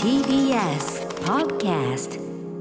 TBS Podcast。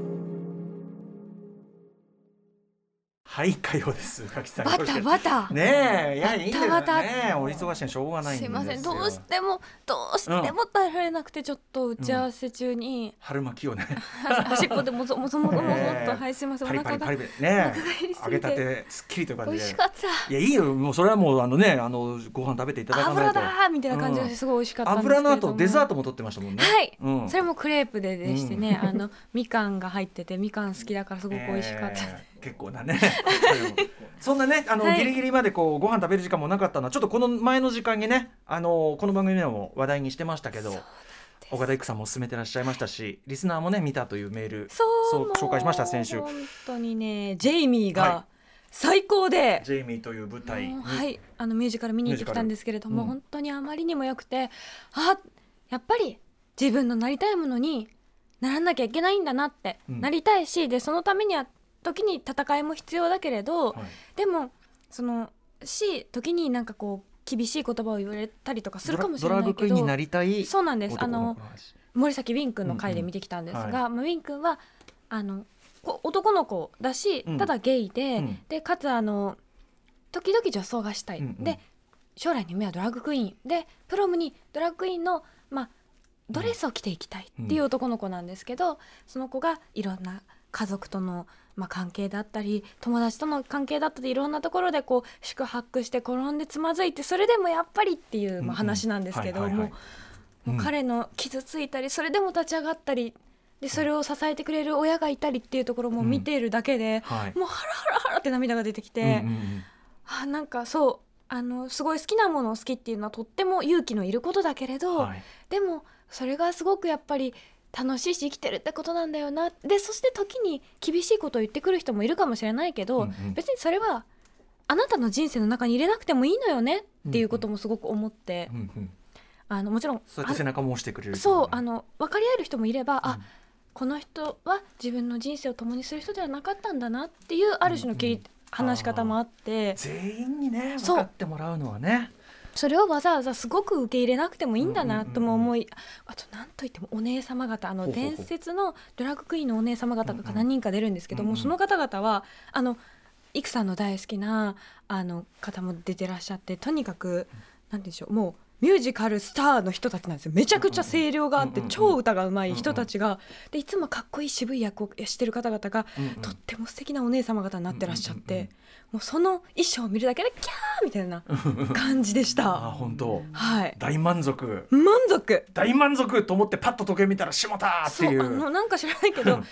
はい、火曜です。柿さん。 バタバタ。 ねえ、いやいいんだけどバタね。お忙しいのしょうがないんですよ。 すいません、どうしても耐えられなくて、ちょっと打ち合わせ中に、 春巻きをね、 端っこでもぞもぞもぞもぞっと、はい、すいません、お腹がパリパリね、揚げたてすっきりという感じで美味しかった。 いやいいよ、もうそれはもうご飯食べていただかないと。 油だみたいな感じですごい美味しかったんですけれども、 油の後デザートも取ってましたもんね。 はい、それもクレープでしてね、みかんが入ってて、みかん好きだからすごく美味しかった。 結構なねそんなねはい、 ギリギリまでご飯食べる時間もなかったのはちょっとこの前の時間にねこの番組でも話題にしてましたけど、岡田育さんも勧めてらっしゃいましたし、リスナーもね見たというメールそう紹介しました。先週本当にね、ジェイミーが最高で、 ジェイミーという舞台に、 はい、ミュージカル見に行ってきたんですけれども、本当にあまりにも良くて、やっぱり自分のなりたいものにならなきゃいけないんだなって、なりたいし、でそのためには時に戦いも必要だけれど、でも時になんか厳しい言葉を言われたりとかするかもしれないけど、 ドラァグクイーンになりたい。 そうなんです。森崎ウィン君の回で見てきたんですが、ウィン君は男の子だし、ただゲイで、でかつ時々女装がしたい、で将来の夢はドラァグクイーンで、プロムにドラァグクイーンのドレスを着ていきたいっていう男の子なんですけど、その子がいろんな家族との関係だったり、友達との関係だったり、いろんなところで宿泊して転んでつまずいて、それでもやっぱりっていう話なんですけど、もう彼の傷ついたり、それでも立ち上がったりで、それを支えてくれる親がいたりっていうところも見ているだけで、もうハラハラハラって涙が出てきて、なんかそうすごい好きなものを好きっていうのはとっても勇気のいることだけれど、でもそれがすごくやっぱり楽しいし生きてるってことなんだよな。でそして時に厳しいことを言ってくる人もいるかもしれないけど、別にそれはあなたの人生の中に入れなくてもいいのよねっていうこともすごく思って、もちろんそうやって背中も押してくれる、 そう分かり合える人もいれば、この人は自分の人生を共にする人ではなかったんだなっていうある種の話し方もあって、 全員にね分かってもらうのはね、 それをわざわざすごく受け入れなくてもいいんだなとも思い、あと何といってもお姉様方、伝説のドラッグクイーンのお姉様方が何人か出るんですけども、その方々はイクさんの大好きな方も出てらっしゃって、とにかく何でしょう、もうミュージカルスターの人たちなんですよ。めちゃくちゃ声量があって、超歌がうまい人たちが、でいつもかっこいい渋い役をしてる方々が、とっても素敵なお姉様方になってらっしゃって、もうその衣装を見るだけでキャーみたいな感じでした。 本当、大満足と思ってパッと時計見たらしもたっていう、 なんか知らないけど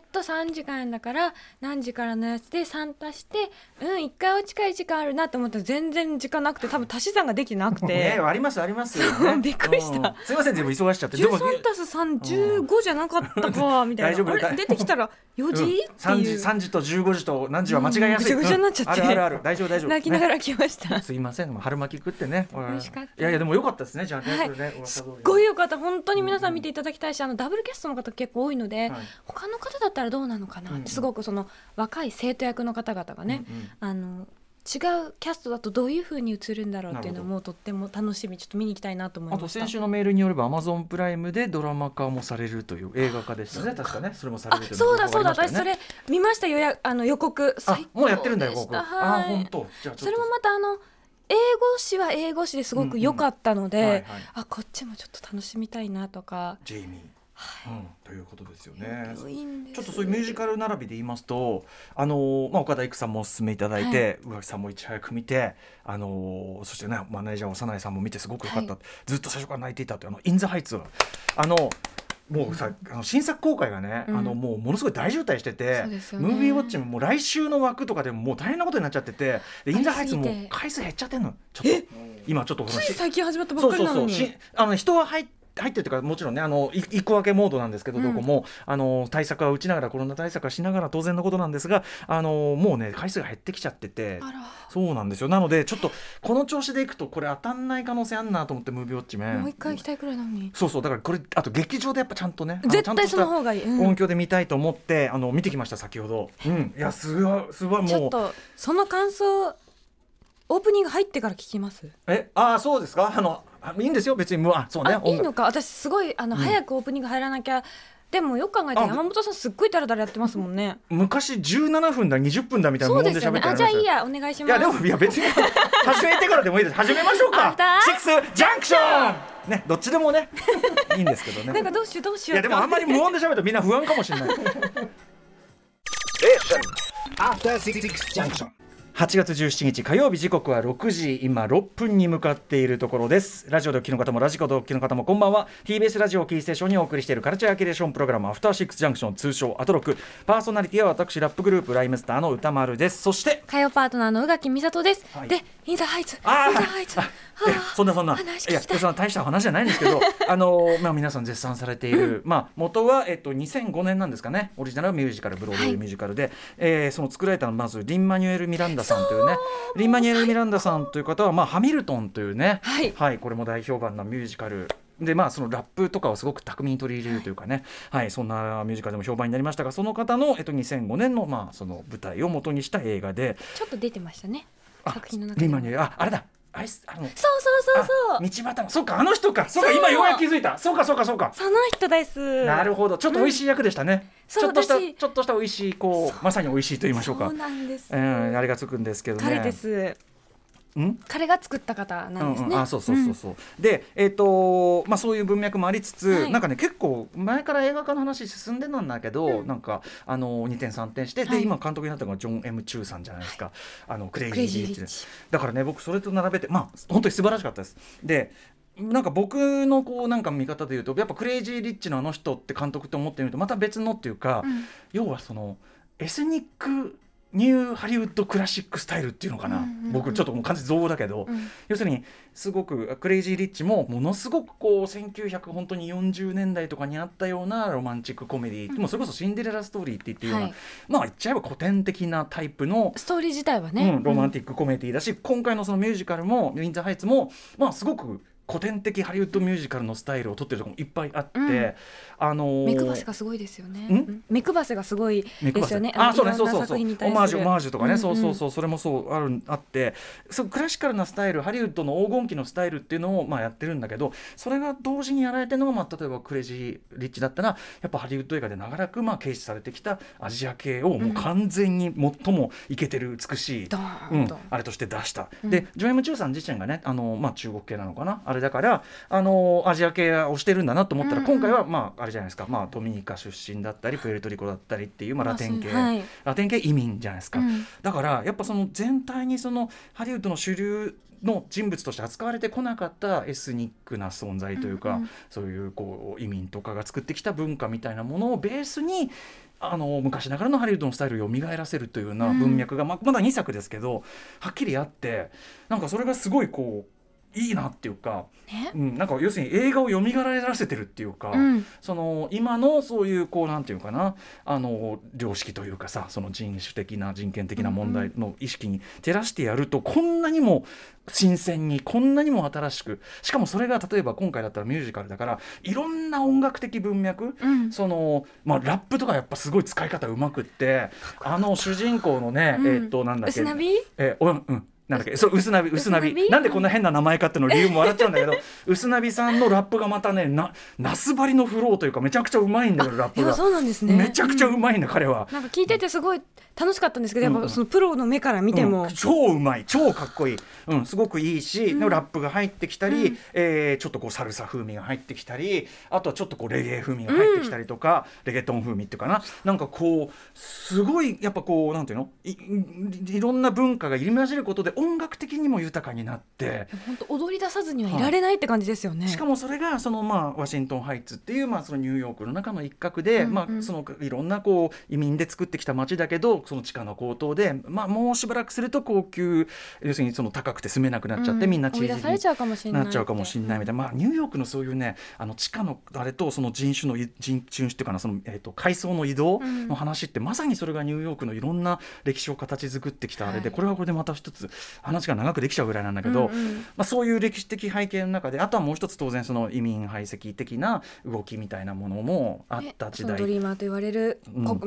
3時間だから何時からのやつで3足して1回は近い時間あるなと思ったら全然時間なくて、多分足し算ができてなくてありますよね。 びっくりした、 すいません、でも忙しちゃって、 13足す3、15じゃなかったかみたいな、あれ出てきたら4時っていう、 3時と15時と何時は間違いやすい、 ぐちゃぐちゃになっちゃって、 ある大丈夫泣きながら来ました、 すいません、春巻き食ってね、 美味しかった。 いやでも良かったですね、じゃあね、 すっごい良かった。本当に皆さん見ていただきたいし、ダブルキャストの方結構多いので、他の方だったらどうなのかなって、すごくその若い生徒役の方々がね、違うキャストだとどういう風に映るんだろうっていうのもとっても楽しみ、ちょっと見に行きたいなと思いました。 あと先週のメールによれば Amazon プライムでドラマ化もされるという、映画化でしたね、確かね。それもされるという、 そうだ私それ見ましたよ、予告。 もうやってるんだよ予告。本当。じゃあそれもまた英語詞は英語詞ですごく良かったので、こっちもちょっと楽しみたいなとか。 ジェイミーということですよね。ちょっとそういうミュージカル並びで言いますと、岡田育さんもお勧めいただいて、宇垣さんもいち早く見て、そしてねマネージャー長内さんも見てすごく良かった、ずっと最初から泣いていたというインザハイツはもうさ、新作公開がね、もうものすごい大渋滞してて、ムービーウォッチもう来週の枠とかでももう大変なことになっちゃってて、でインザハイツも回数減っちゃってんの。ちょっと今ちょっとつい最近始まったばっかりなのに、 人は入ってるというか、もちろんね一個分けモードなんですけど、どこも対策は打ちながら、コロナ対策はしながら当然のことなんですが、もうね回数が減ってきちゃってて、そうなんですよ。なのでちょっとこの調子でいくとこれ当たんない可能性あんなと思って、ムービーウォッチもう一回行きたいくらいなのに。 そうだからこれあと劇場でやっぱちゃんとね、 絶対その方がいい、 音響で見たいと思って見てきました先ほど。いやすごいもうちょっとその感想オープニング入ってから聞きます。 そうですか。 いいんですよ別にそうね。 いいのか。私すごい早くオープニング入らなきゃ。でもよく考えて山本さんすっごいダラダラやってますもんね。 昔17分だ20分だみたいなもんで喋ってました。 じゃあいいやお願いします。 いや別に始めてからでもいいです。始めましょうか。シックスジャンクションね、どっちでもねいいんですけどね。 なんかどうしよう。いやでもあんまり無音で喋るとみんな不安かもしれない。8月17日火曜日、時刻は6時今6分に向かっているところです。ラジオでお聞きの方もラジコでお聞きの方もこんばんは。 TBS ラジオキーステーションにお送りしているカルチャーキュレーションプログラムアフターシックスジャンクション、通称アトロク。パーソナリティは私ラップグループライムスターの歌丸です。そして火曜パートナーの宇垣美里です、でインザハイツそんなそんな大した話じゃないんですけど皆さん絶賛されている、元は、2005年なんですかね、オリジナルミュージカル、ブロードウェイミュージカルで、その作られたのはまずリンマニュエル・ミランダさんというね、リンマニュエル・ミランダさんという方は、ハミルトンというね、これも大評判なミュージカルで、そのラップとかをすごく巧みに取り入れるというかね、そんなミュージカルでも評判になりましたが、その方の、2005年の、その舞台を元にした映画でちょっと出てましたね、作品の中で。 リンマニュエル、あれだ、 そう道端の、そうか、あの人か、そうか、今ようやく気づいた、そうかその人です。 なるほど、ちょっと美味しい役でしたね、ちょっとした美味しい、まさに美味しいと言いましょうか。 そうなんです、 あれがつくんですけどね。 彼です。彼が作った方なんですね。 そうで、そういう文脈もありつつ、なんかね、結構前から映画化の話進んでなんだけど、なんか2点3点して、で今監督になったのがジョン・ M ・チューさんじゃないですか、クレイジー・リッチです。だからね、僕それと並べて本当に素晴らしかったです。でなんか僕のなんか見方で言うと、やっぱクレイジー・リッチのあの人って監督って思ってみるとまた別のっていうか、要はそのエスニックニューハリウッドクラシックスタイルっていうのかな、僕ちょっともう完全に造語だけど、要するにすごくクレイジー・リッチもものすごく1940年代とかにあったようなロマンチックコメディ、もうそれこそシンデレラストーリーって言っていうような、言っちゃえば古典的なタイプのストーリー自体はね、 ロマンティックコメディだし、今回のそのミュージカルもウィンザーハイツもすごく古典的ハリウッドミュージカルのスタイルを撮ってるところもいっぱいあって、 目配せがすごいですよね。目配せがすごいですよね。 そうオマージュとかね、それもあって、クラシカルなスタイル、ハリウッドの黄金期のスタイルっていうのをやってるんだけど、それが同時にやられてるのが、例えばクレイジー・リッチだったらやっぱハリウッド映画で長らく軽視されてきたアジア系をもう完全に最もイケてる美しい、あれとして出した。でジョン・エム・チューさん自身がね、中国系なのかな、あれだからアジア系をしてるんだなと思ったら、今回はあれじゃないですか、ドミニカ出身だったりプエルトリコだったりっていう、ラテン系移民じゃないですか、だからやっぱその全体にそのハリウッドの主流の人物として扱われてこなかったエスニックな存在というか、そういう移民とかが作ってきた文化みたいなものをベースに昔ながらのハリウッドのスタイルを蘇らせるというような文脈が、まだ2作ですけどはっきりあって、なんかそれがすごいいいなっていうか、なんか要するに映画を蘇らせてるっていうか、その今のそういうなんていうかな、良識というかさ、その人種的な人権的な問題の意識に照らしてやると、こんなにも新鮮に、こんなにも新しく、しかもそれが例えば今回だったらミュージカルだからいろんな音楽的文脈、ラップとかやっぱすごい使い方うまくって、主人公のね、なんだっけ、なんだっけ、そう、薄ナビなんでこんな変な名前かっていうの理由も笑っちゃうんだけど薄ナビさんのラップがまたね、ナス張りのフローというか、めちゃくちゃうまいんだよ、ラップが。 そうなんですね。 めちゃくちゃうまいんだ、彼は。 なんか聞いててすごい楽しかったんですけど、やっぱそのプロの目から見ても、 超うまい、超かっこいい、すごくいいし、ラップが入ってきたり、ちょっとサルサ風味が入ってきたり、あとはちょっとレゲエ風味が入ってきたりとか、レゲトン風味っていうかな、なんかすごいやっぱなんていうの、いろんな文化が入り混じることで音楽的にも豊かになって、 本当踊り出さずにはいられないって感じですよね。 しかもそれがそのワシントンハイツっていうそのニューヨークの中の一角で、そのいろんな移民で作ってきた街だけど、その地価の高騰で、もうしばらくすると高級、要するにその高くて住めなくなっちゃって、みんな追い出されちゃうかもしれないなっちゃうかもしれないみたいな、ニューヨークのそういうね、地価のあれとその人種っていうかな、その階層の移動の話って、まさにそれがニューヨークのいろんな歴史を形作ってきたあれで、これはこれでまた一つ話が長くできちゃうぐらいなんだけど、そういう歴史的背景の中で、あとはもう一つ当然その移民排斥的な動きみたいなものもあった時代、 ドリーマーと言われる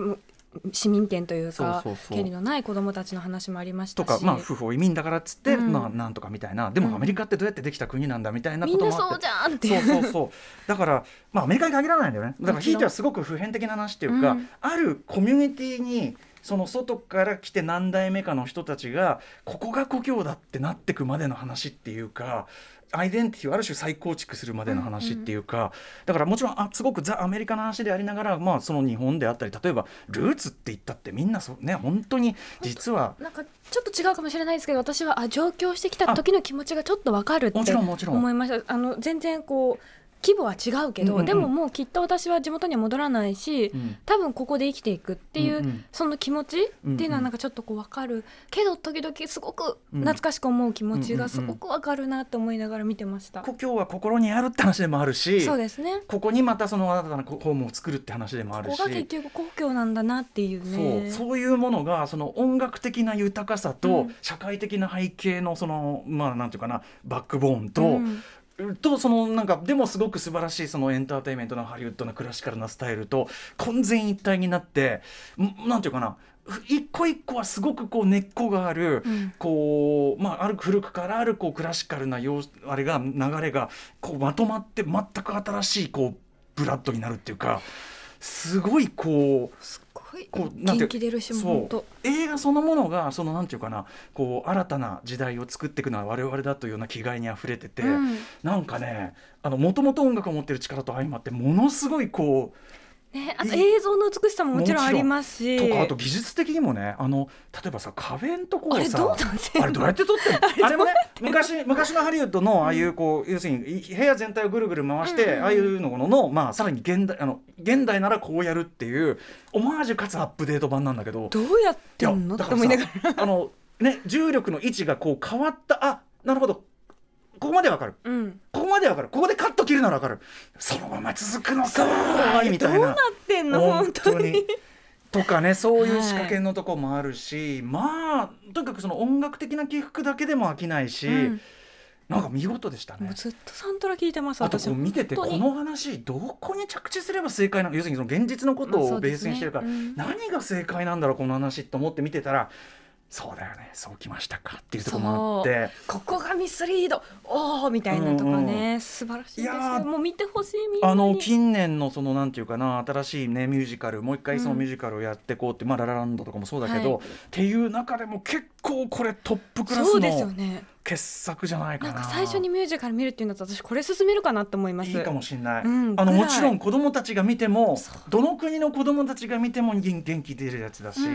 市民権というか権利のない子どもたちの話もありましたしとか、不法移民だからっつって、なんとかみたいな、でもアメリカってどうやってできた国なんだみたいなこともあって、 みんなそうじゃんっていう、 そうだから、アメリカに限らないんだよね。だからひいてはすごく普遍的な話っていうか、あるコミュニティにその外から来て何代目かの人たちがここが故郷だってなってくまでの話っていうか、アイデンティティをある種再構築するまでの話っていうか、だからもちろんすごくザ・アメリカの話でありながら、その日本であったり、例えばルーツって言ったってみんな本当に実はなんかちょっと違うかもしれないですけど、私は上京してきた時の気持ちがちょっと分かるって思いました。全然こう規模は違うけど、でももうきっと私は地元には戻らないし、多分ここで生きていくっていう、その気持ちっていうのはなんかちょっとこう分かるけど、時々すごく懐かしく思う気持ちがすごく分かるなと思いながら見てました。 故郷は心にあるって話でもあるし、 そうですね、 ここにまたその新たなホームを作るって話でもあるし、 ここが結局故郷なんだなっていうね。 そういうものがその音楽的な豊かさと、社会的な背景のそのなんていうかな、バックボーンと、そのなんかでもすごく素晴らしいそのエンターテインメントのハリウッドなクラシカルなスタイルと混然一体になって、なんていうかな、一個一個はすごくこう根っこがある、こうある古くからあるこうクラシカルなあれが流れがこうまとまって全く新しいこうブラッドになるっていうか、すごいこう元気出るし、 映画そのものがそのなんていうかな、こう新たな時代を作っていくのは我々だというような気概にあふれてて、なんかね、もともと音楽を持ってる力と相まってものすごいこうあと映像の美しさももちろんありますし、 とか、あと技術的にもね、例えばさ、壁のところをさ、 あれどうやって撮ってるのあれもね、昔のハリウッドのああいうこう、要するに部屋全体をぐるぐる回して、ああいうのの、さらに現代ならこうやるっていうオマージュかつアップデート版なんだけど、 どうやってんのって思いながら重力の位置がこう変わった、なるほど、ここまでわかる、ここまでわかる、ここでカット切るならわかる、そのまま続くのかみたいな、 どうなってんの本当にとかね、そういう仕掛けのとこもあるし、とにかくその音楽的な起伏だけでも飽きないし、なんか見事でしたね。 もうずっとサントラ聞いてます。 あとこう見てて、この話どこに着地すれば正解なの、要するにその現実のことをベースにしてるから、何が正解なんだろうこの話と思って見てたら、そうだよね、そうきましたかっていうところもあって、 ここがミスリードみたいなとかね、素晴らしいですよ。もう見てほしい。みんなに近年のそのなんていうかな、新しいねミュージカル、もう一回そのミュージカルをやっていこうって、ララランドとかもそうだけど、っていう中でも結構これトップクラスの傑作じゃないかな。 なんか最初にミュージカル見るっていうんだと、私これ勧めるかなと思います。 いいかもしれない。もちろん子供たちが見ても、どの国の子供たちが見ても元気出るやつだし、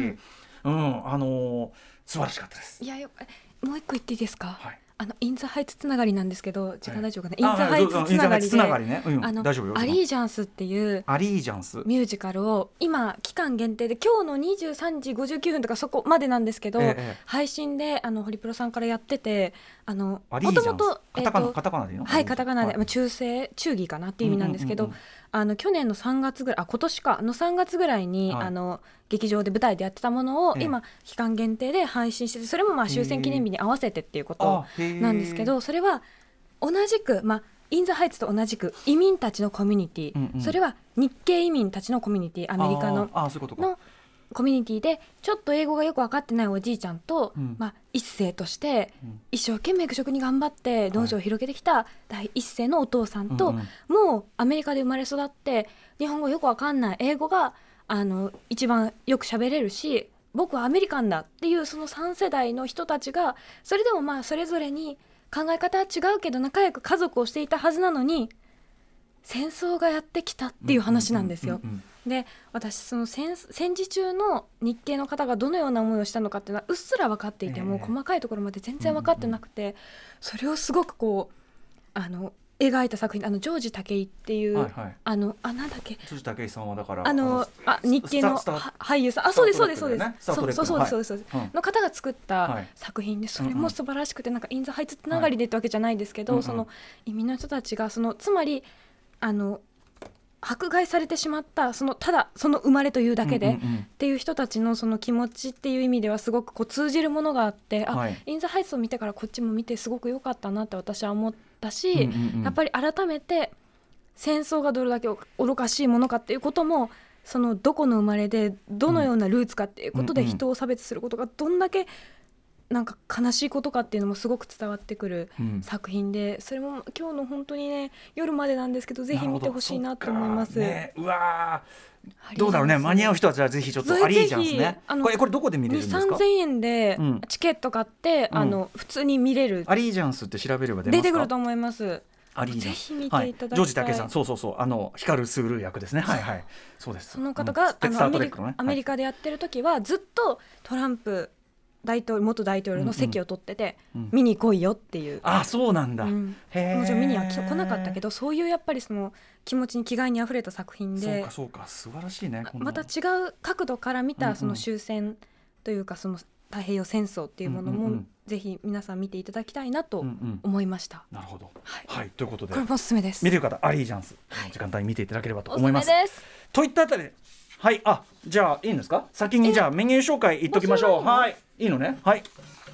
素晴らしかったです。 いや、もう一個言っていいですか。インザハイツつながりなんですけど、時間大丈夫かな。インザハイツつながりで、 大丈夫よ。 アリージャンスっていうミュージカルを今期間限定で、今日の23時59分とかそこまでなんですけど、配信でホリプロさんからやってて、もともとカタカナでいいの？はい、カタカナで、忠義かなっていう意味なんですけど、去年の3月ぐらい、今年かの3月ぐらいに、劇場で舞台でやってたものを今期間限定で配信してて、それも終戦記念日に合わせてっていうことなんですけど、それは同じく、インザハイツと同じく移民たちのコミュニティ、それは日系移民たちのコミュニティ、アメリカのコミュニティで、ちょっと英語がよく分かってないおじいちゃんと、一世として一生懸命愚直に頑張って農場を広げてきた第一世のお父さんと、もうアメリカで生まれ育って日本語よく分かんない、英語が一番よく喋れるし、僕はアメリカンだっていうその3世代の人たちが、それでもそれぞれに考え方は違うけど仲良く家族をしていたはずなのに、戦争がやってきたっていう話なんですよ。で、私その戦時中の日系の方がどのような思いをしたのかっていうのはうっすら分かっていても、細かいところまで全然分かってなくて、それをすごくこう描いた作品、ジョージ武井っていう、なんだっけ、 ジョージ武井さんはだから日系の俳優さん、そうですの方が作った作品で、それも素晴らしくて、なんかインザハイツつながりでってわけじゃないですけど、その移民の人たちがつまり迫害されてしまったただその生まれというだけでっていう人たちのその気持ちっていう意味ではすごくこう通じるものがあって、インザハイツを見てからこっちも見てすごく良かったなって私は思ったし、やっぱり改めて戦争がどれだけ愚かしいものかっていうこともそのどこの生まれでどのようなルーツかっていうことで人を差別することがどんだけなんか悲しいことかっていうのもすごく伝わってくる作品で、それも今日の本当にね夜までなんですけどぜひ見てほしいなと思います。 うわどうだろうね、間に合う人はじゃあぜひちょっとアリージャンスね、これどこで見れるんですか？ 2,3000 円でチケット買って、普通に見れる。 アリージャンスって調べれば出ますか？ 出てくると思います。 アリージャンスぜひ見ていただきたい、 ジョージ武さん、そう光るスール役ですね。はいはい、そうです。 その方が、アメリカでやってる時はずっとトランプ元大統領の席を取ってて、見に来いよっていう。 そうなんだ。もちろん見には来なかったけど、そういうやっぱりその気持ちに気概にあふれた作品で、 そうか素晴らしいね。 また違う角度から見たその終戦というかその太平洋戦争っていうものもぜひ皆さん見ていただきたいなと思いました。 なるほど、はい、ということでこれもおすすめです。 見れる方アリージャンス時間帯に見ていただければと思います。 おすすめです。 といったあたりで、はい、じゃあいいんですか？先にじゃあメニュー紹介いっときましょう。はい、いいのね。はい、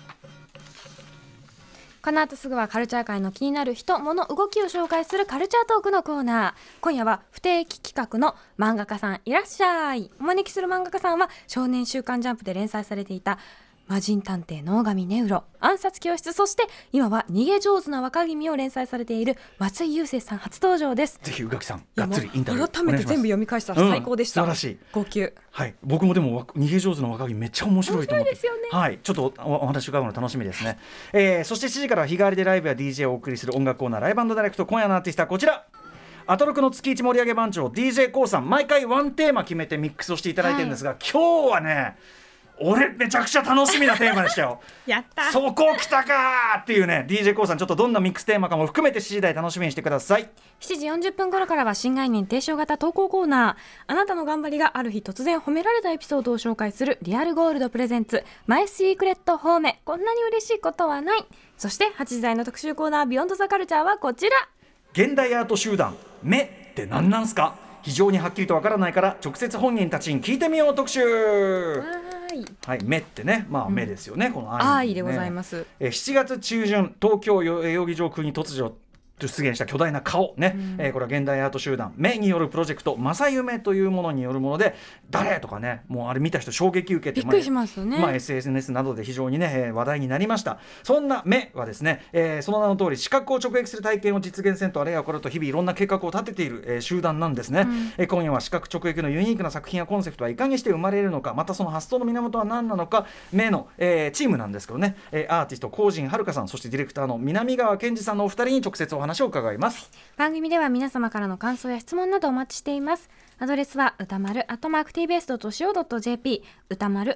この後すぐはカルチャー界の気になる人物動きを紹介するカルチャートークのコーナー。今夜は不定期企画の漫画家さんいらっしゃい。お招きする漫画家さんは少年週刊ジャンプで連載されていた魔人探偵の大神ネウロ、暗殺教室、そして今は逃げ上手な若君を連載されている松井雄生さん初登場です。 ぜひ宇垣さんがっつりインタビュー改めて全部読み返したら最高でした。 素晴らしい。 号泣。 はい、僕もでも逃げ上手な若君めっちゃ面白いと思って。 面白いですよね。 はい、ちょっとお話伺うの楽しみですね。そして7時からは日替わりでライブや DJ をお送りする音楽コーナーライブ&ダイレクト。今夜のアーティストはこちら。アトロクの月1盛り上げ番長 DJ コウさん、毎回ワンテーマ決めてミックスをしていただいてるんですが、今日はね俺めちゃくちゃ楽しみなテーマでしたよ。 やったそこ来たかっていうね。 DJ コウさん、ちょっとどんなミックステーマかも含めて7時台楽しみにしてください。 7時40分頃からは新概念提唱型投稿コーナー。あなたの頑張りがある日突然褒められたエピソードを紹介するリアルゴールドプレゼンツマイシークレット褒め、こんなに嬉しいことはない。そして8時台の特集コーナービヨンドザカルチャーはこちら。 現代アート集団目って何なんすか、非常にはっきりとわからないから直接本人たちに聞いてみよう特集。はい、目ってね、目ですよね、この愛でございます。 7月中旬、東京代々木上空に突如出現した巨大な顔ね、これは現代アート集団目によるプロジェクト正夢というものによるもので、誰とかね、もうあれ見た人衝撃受けてびっくりしますよね。 SNS などで非常にね、話題になりました。そんな目はですね、その名の通り視覚を直撃する体験を実現せんとあれやこれと日々いろんな計画を立てている、集団なんですね。今夜は視覚直撃のユニークな作品やコンセプトはいかにして生まれるのか、またその発想の源は何なのか、目の、チームなんですけどね、アーティスト高神遥さん、そしてディレクターの南川健二さんのお二人に直接お話を伺います。 番組では皆様からの感想や質問などお待ちしています。アドレスは歌丸@tbs.co.jp、 歌丸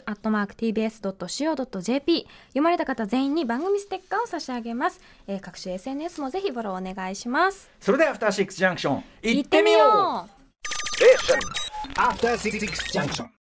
@tbs.co.jp。 読まれた方全員に番組ステッカーを差し上げます。各種 SNS もぜひフォローお願いします。 それではアフターシックスジャンクション行ってみよう。 アフターシックスジャンクション。